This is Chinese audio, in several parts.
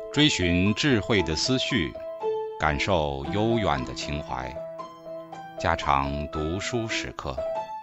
追寻智慧的思绪，感受悠远的情怀。家常读书时刻。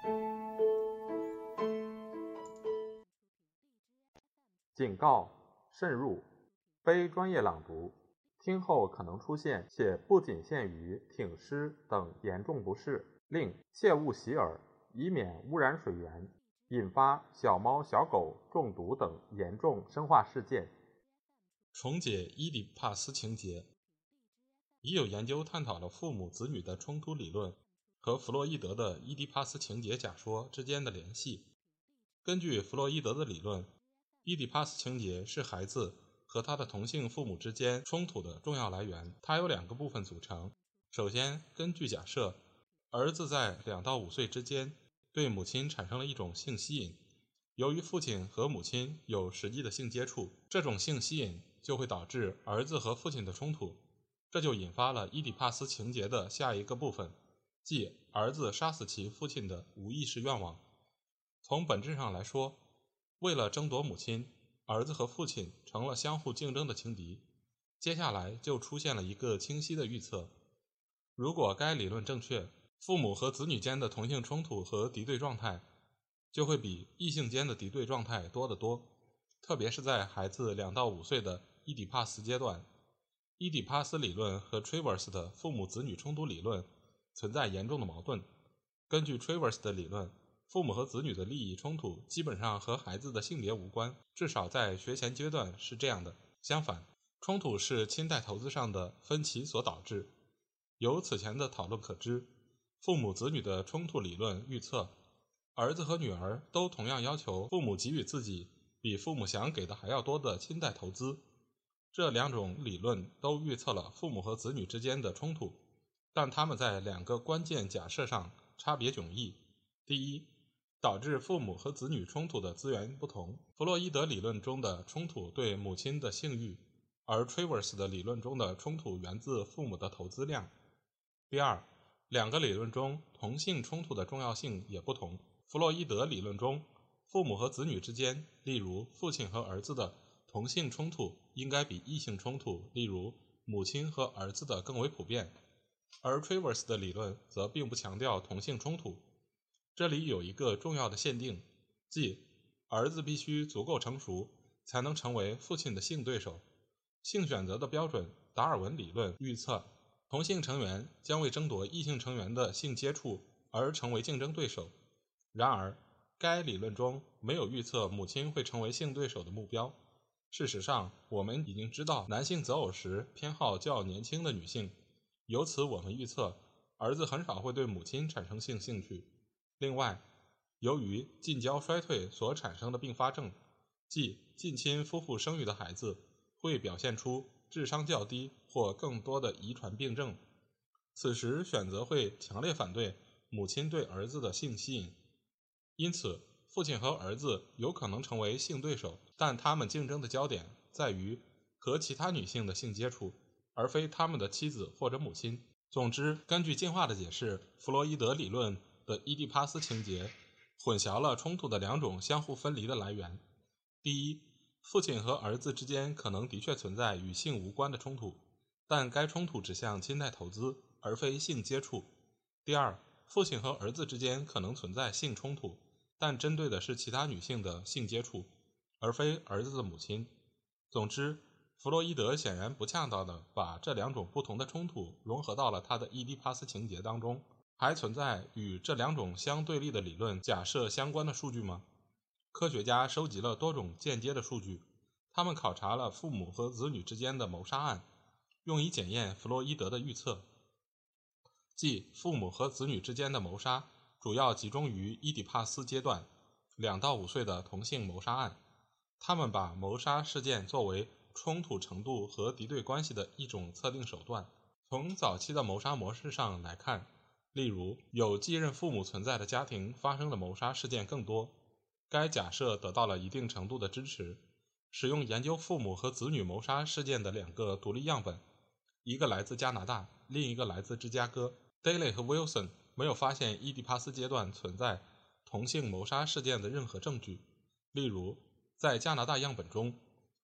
警告：慎入，非专业朗读，听后可能出现且不仅限于挺尸等严重不适，另切勿洗耳，以免污染水源，引发小猫小狗中毒等严重生化事件。 重解伊底帕斯情结。已有研究探讨了父母子女的冲突理论和弗洛伊德的伊底帕斯情结假说之间的联系。根据弗洛伊德的理论，伊底帕斯情结是孩子和他的同性父母之间冲突的重要来源，它由两个部分组成。首先，根据假设，儿子在2到5岁之间对母亲产生了一种性吸引，由于父亲和母亲有实际的性接触，这种性吸引就会导致儿子和父亲的冲突，这就引发了伊底帕斯情结的下一个部分，即儿子杀死其父亲的无意识愿望。从本质上来说，为了争夺母亲，儿子和父亲成了相互竞争的情敌。接下来就出现了一个清晰的预测：如果该理论正确，父母和子女间的同性冲突和敌对状态就会比异性间的敌对状态多得多，特别是在孩子2到5岁的伊底帕斯阶段。伊底帕斯理论和 Travers 的父母子女冲突理论存在严重的矛盾。根据 Travers 的理论，父母和子女的利益冲突基本上和孩子的性别无关，至少在学前阶段是这样的。相反，冲突是亲代投资上的分歧所导致。由此前的讨论可知，父母子女的冲突理论预测，儿子和女儿都同样要求父母给予自己比父母想给的还要多的亲代投资。这两种理论都预测了父母和子女之间的冲突，但他们在2个关键假设上差别迥异。第一，导致父母和子女冲突的资源不同。弗洛伊德理论中的冲突对母亲的性欲，而 Travers 的理论中的冲突源自父母的投资量。第二，2个理论中同性冲突的重要性也不同。弗洛伊德理论中，父母和子女之间，例如父亲和儿子的同性冲突应该比异性冲突，例如母亲和儿子的更为普遍。而 Travers 的理论则并不强调同性冲突。这里有一个重要的限定，即儿子必须足够成熟才能成为父亲的性对手。性选择的标准达尔文理论预测，同性成员将为争夺异性成员的性接触而成为竞争对手。然而，该理论中没有预测母亲会成为性对手的目标。事实上，我们已经知道男性择偶时偏好较年轻的女性，由此我们预测儿子很少会对母亲产生性兴趣。另外，由于近交衰退所产生的并发症，即近亲夫妇生育的孩子会表现出智商较低或更多的遗传病症，此时选择会强烈反对母亲对儿子的性吸引。因此，父亲和儿子有可能成为性对手，但他们竞争的焦点在于和其他女性的性接触，而非他们的妻子或者母亲。总之，根据进化的解释，弗洛伊德理论的伊底帕斯情结混淆了冲突的2种相互分离的来源。第一，父亲和儿子之间可能的确存在与性无关的冲突，但该冲突指向亲代投资，而非性接触。第二，父亲和儿子之间可能存在性冲突，但针对的是其他女性的性接触，而非儿子的母亲。总之，弗洛伊德显然不恰当地把这2种不同的冲突融合到了他的伊底帕斯情结当中。还存在与这2种相对立的理论假设相关的数据吗？科学家收集了多种间接的数据，他们考察了父母和子女之间的谋杀案，用以检验弗洛伊德的预测，即父母和子女之间的谋杀主要集中于伊底帕斯阶段2到5岁的同性谋杀案。他们把谋杀事件作为冲突程度和敌对关系的一种测定手段。从早期的谋杀模式上来看，例如有继任父母存在的家庭发生的谋杀事件更多，该假设得到了一定程度的支持。使用研究父母和子女谋杀事件的2个独立样本，一个来自加拿大，另一个来自芝加哥。Daly 和 Wilson 没有发现伊底帕斯阶段存在同性谋杀事件的任何证据。例如，在加拿大样本中，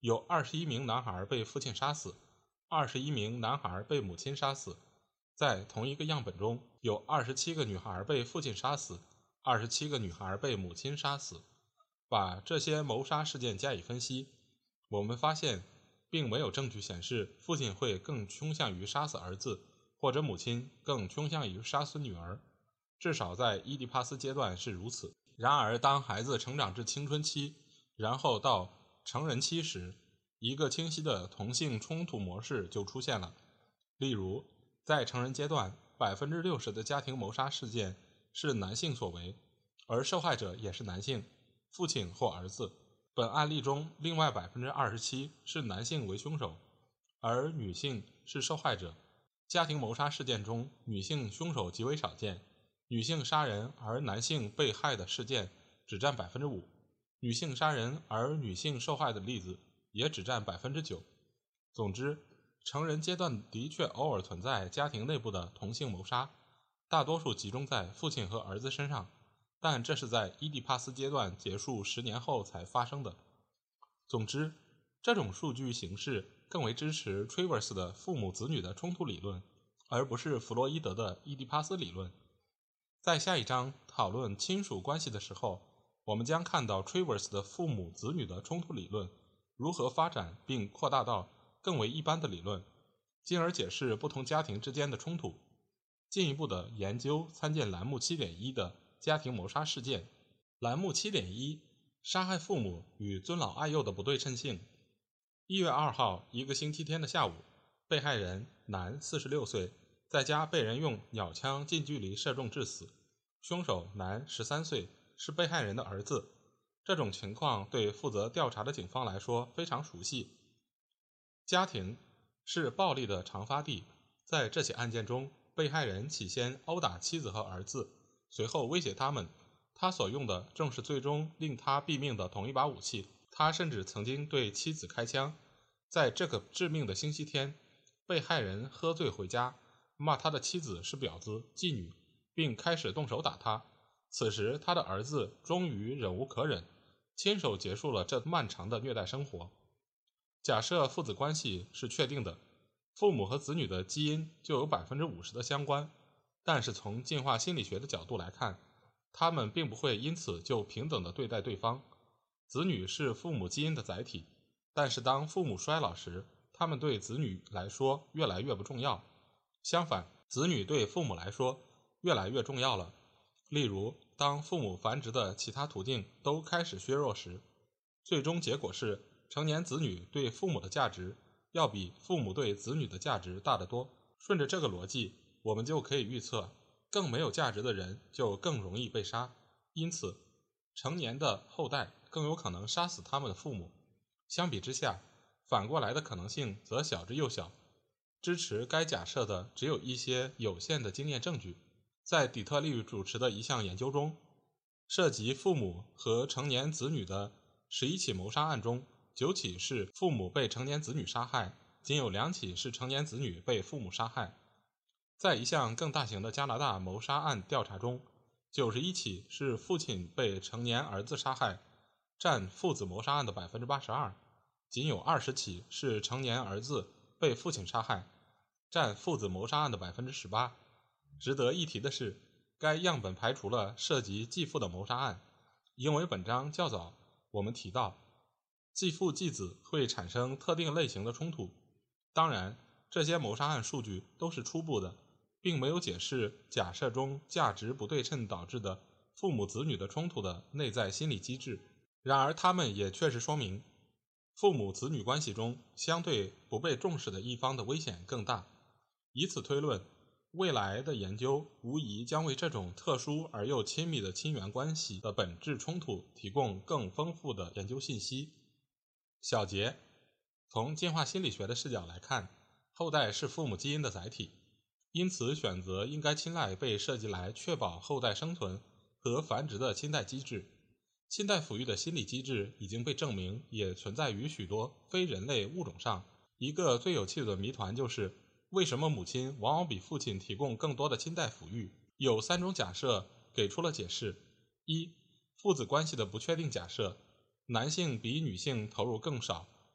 有21名男孩被父亲杀死，21名男孩被母亲杀死。在同一个样本中，有27个女孩被父亲杀死，27个女孩被母亲杀死。把这些谋杀事件加以分析，我们发现并没有证据显示父亲会更倾向于杀死儿子，或者母亲更倾向于杀死女儿，至少在伊底帕斯阶段是如此。然而当孩子成长至青春期，然后到成人期时，一个清晰的同性冲突模式就出现了。例如，在成人阶段，60%的家庭谋杀事件是男性所为，而受害者也是男性，父亲或儿子。本案例中，另外27%是男性为凶手，而女性是受害者。家庭谋杀事件中，女性凶手极为少见，女性杀人而男性被害的事件只占5%，女性杀人而女性受害的例子也只占9%。总之，成人阶段的确偶尔存在家庭内部的同性谋杀，大多数集中在父亲和儿子身上，但这是在伊底帕斯阶段结束10年后才发生的。总之，这种数据形式更为支持 Travers 的父母子女的冲突理论，而不是弗洛伊德的伊底帕斯理论。在下一章讨论亲属关系的时候，我们将看到 Travers 的父母子女的冲突理论如何发展并扩大到更为一般的理论，进而解释不同家庭之间的冲突。进一步的研究参见栏目 7.1 的家庭谋杀事件。栏目 7.1 杀害父母与尊老爱幼的不对称性。1月2号，一个星期天的下午，被害人男46岁，在家被人用鸟枪近距离射中致死，凶手男13岁，是被害人的儿子。这种情况对负责调查的警方来说非常熟悉。家庭是暴力的常发地，在这起案件中，被害人起先殴打妻子和儿子，随后威胁他们，他所用的正是最终令他毙命的同一把武器。他甚至曾经对妻子开枪。在这个致命的星期天，被害人喝醉回家，骂他的妻子是婊子、妓女，并开始动手打他。此时他的儿子终于忍无可忍，亲手结束了这漫长的虐待生活。假设父子关系是确定的，父母和子女的基因就有50%的相关，但是从进化心理学的角度来看，他们并不会因此就平等地对待对方。子女是父母基因的载体，但是当父母衰老时，他们对子女来说越来越不重要。相反，子女对父母来说越来越重要了。例如，当父母繁殖的其他途径都开始削弱时，最终结果是成年子女对父母的价值要比父母对子女的价值大得多。顺着这个逻辑，我们就可以预测，更没有价值的人就更容易被杀，因此成年的后代更有可能杀死他们的父母。相比之下，反过来的可能性则小之又小。支持该假设的只有一些有限的经验证据。在底特律主持的一项研究中，涉及父母和成年子女的11起谋杀案中，9起是父母被成年子女杀害，仅有2起是成年子女被父母杀害。在一项更大型的加拿大谋杀案调查中，91起是父亲被成年儿子杀害，占父子谋杀案的 82%， 仅有20起是成年儿子被父亲杀害，占父子谋杀案的 18%。 值得一提的是，该样本排除了涉及继父的谋杀案，因为本章较早我们提到继父继子会产生特定类型的冲突。当然，这些谋杀案数据都是初步的，并没有解释假设中价值不对称导致的父母子女的冲突的内在心理机制。然而它们也确实说明，父母子女关系中相对不被重视的一方的危险更大。以此推论，未来的研究无疑将为这种特殊而又亲密的亲缘关系的本质冲突提供更丰富的研究信息。小结：从进化心理学的视角来看，后代是父母基因的载体，因此选择应该青睐被设计来确保后代生存和繁殖的亲代机制。亲代抚育的心理机制已经被证明也存在于许多非人类物种上。一个最有趣的谜团就是，为什么母亲往往比父亲提供更多的亲代抚育？有3种假设给出了解释。1. 父子关系的不确定假设，男性比女性投入更少，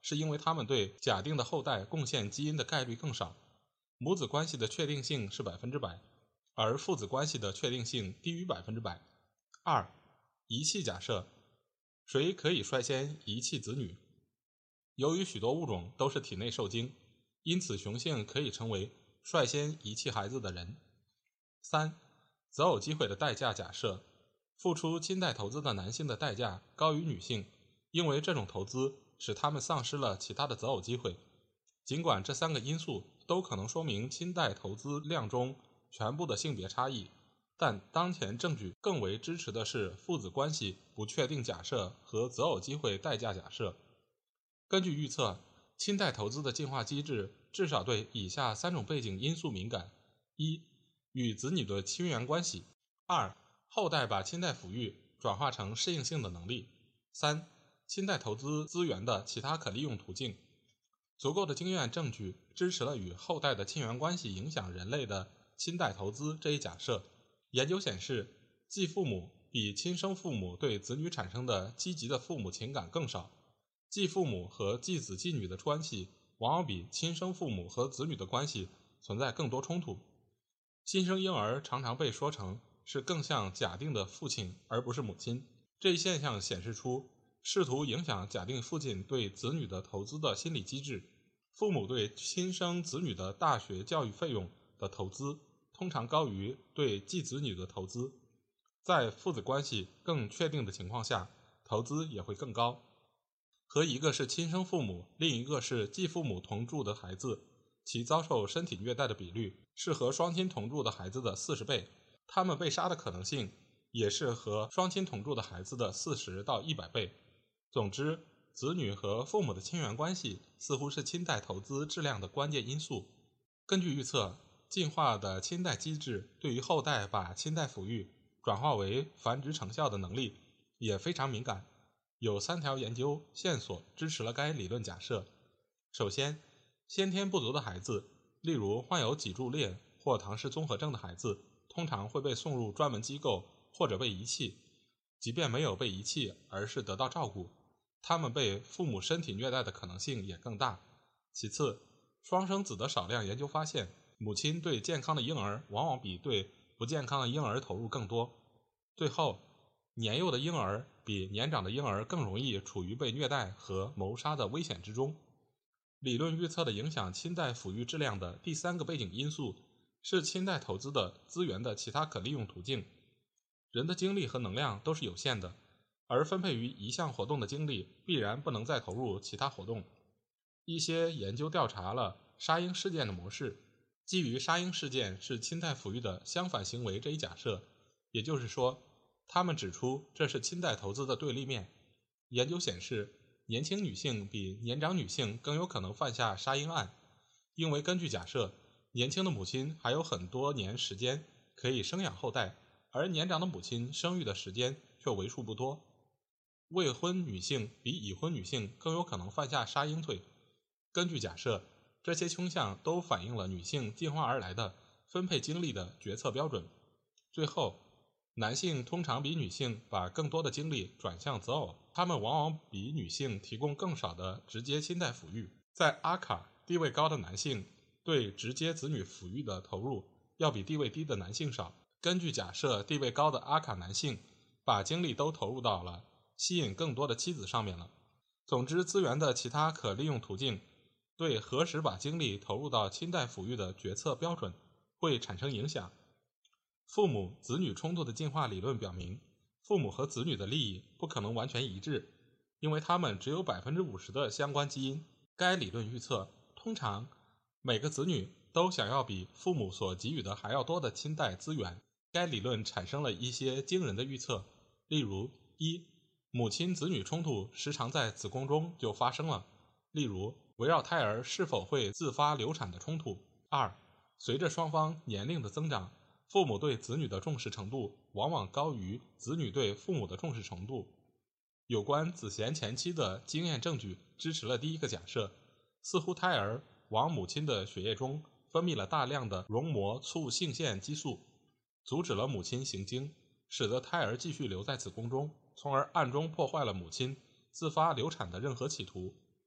是因为他们对假定的后代贡献基因的概率更少。母子关系的确定性是100%，而父子关系的确定性低于100%。2. 遗弃假设，谁可以率先遗弃子女？由于许多物种都是体内受精，因此雄性可以成为率先遗弃孩子的人。3. 择偶机会的代价假设，付出亲代投资的男性的代价高于女性，因为这种投资使他们丧失了其他的择偶机会。尽管这3个因素都可能说明亲代投资量中全部的性别差异，但当前证据更为支持的是父子关系不确定假设和择偶机会代价假设。根据预测，亲代投资的进化机制至少对以下3种背景因素敏感： 1. 与子女的亲缘关系； 2. 后代把亲代抚育转化成适应性的能力； 3. 亲代投资资源的其他可利用途径。足够的经验证据支持了与后代的亲缘关系影响人类的亲代投资这一假设。研究显示，继父母比亲生父母对子女产生的积极的父母情感更少，继父母和继子继女的关系往往比亲生父母和子女的关系存在更多冲突。新生婴儿常常被说成是更像假定的父亲而不是母亲，这一现象显示出试图影响假定父亲对子女的投资的心理机制。父母对亲生子女的大学教育费用的投资通常高于对继子女的投资，在父子关系更确定的情况下，投资也会更高。和一个是亲生父母，另一个是继父母同住的孩子，其遭受身体虐待的比率是和双亲同住的孩子的40倍，他们被杀的可能性也是和双亲同住的孩子的40到100倍。总之，子女和父母的亲缘关系似乎是亲代投资质量的关键因素。根据预测，进化的亲代机制对于后代把亲代抚育转化为繁殖成效的能力也非常敏感。有3条研究线索支持了该理论假设。首先，先天不足的孩子，例如患有脊柱裂或唐氏综合症的孩子，通常会被送入专门机构或者被遗弃，即便没有被遗弃，而是得到照顾，他们被父母身体虐待的可能性也更大。其次，双生子的少量研究发现，母亲对健康的婴儿往往比对不健康的婴儿投入更多。最后，年幼的婴儿比年长的婴儿更容易处于被虐待和谋杀的危险之中。理论预测的影响亲代抚育质量的第3个背景因素是亲代投资的资源的其他可利用途径。人的精力和能量都是有限的，而分配于一项活动的精力必然不能再投入其他活动。一些研究调查了杀婴事件的模式，基于杀婴事件是亲代抚育的相反行为这一假设，也就是说，他们指出这是亲代投资的对立面。研究显示，年轻女性比年长女性更有可能犯下杀婴案，因为根据假设，年轻的母亲还有很多年时间可以生养后代，而年长的母亲生育的时间却为数不多。未婚女性比已婚女性更有可能犯下杀婴罪。根据假设，这些倾向都反映了女性进化而来的分配精力的决策标准。最后，男性通常比女性把更多的精力转向择偶，他们往往比女性提供更少的直接亲代抚育。在阿卡，地位高的男性对直接子女抚育的投入要比地位低的男性少。根据假设，地位高的阿卡男性把精力都投入到了吸引更多的妻子上面了。总之，资源的其他可利用途径对何时把精力投入到亲代抚育的决策标准会产生影响。父母子女冲突的进化理论表明，父母和子女的利益不可能完全一致，因为他们只有 50% 的相关基因。该理论预测，通常每个子女都想要比父母所给予的还要多的亲代资源。该理论产生了一些惊人的预测，例如：1. 母亲子女冲突时常在子宫中就发生了，例如围绕胎儿是否会自发流产的冲突。2. 随着双方年龄的增长，父母对子女的重视程度往往高于子女对父母的重视程度。有关子贤前期的经验证据支持了第一个假设，似乎胎儿往母亲的血液中分泌了大量的绒膜促性腺激素，阻止了母亲行经，使得胎儿继续留在子宫中，从而暗中破坏了母亲自发流产的任何企图。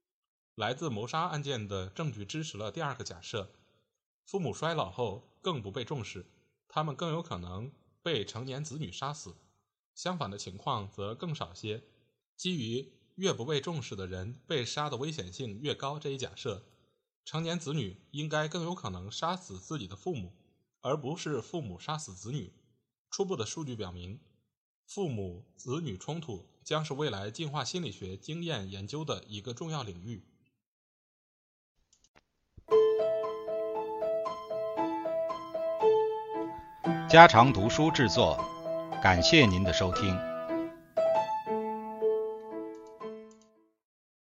来自谋杀案件的证据支持了第二个假设：父母衰老后更不被重视，他们更有可能被成年子女杀死。相反的情况则更少些。基于越不被重视的人被杀的危险性越高这一假设，成年子女应该更有可能杀死自己的父母，而不是父母杀死子女。初步的数据表明，父母子女冲突将是未来进化心理学经验研究的一个重要领域。 家常读书制作，感谢您的收听。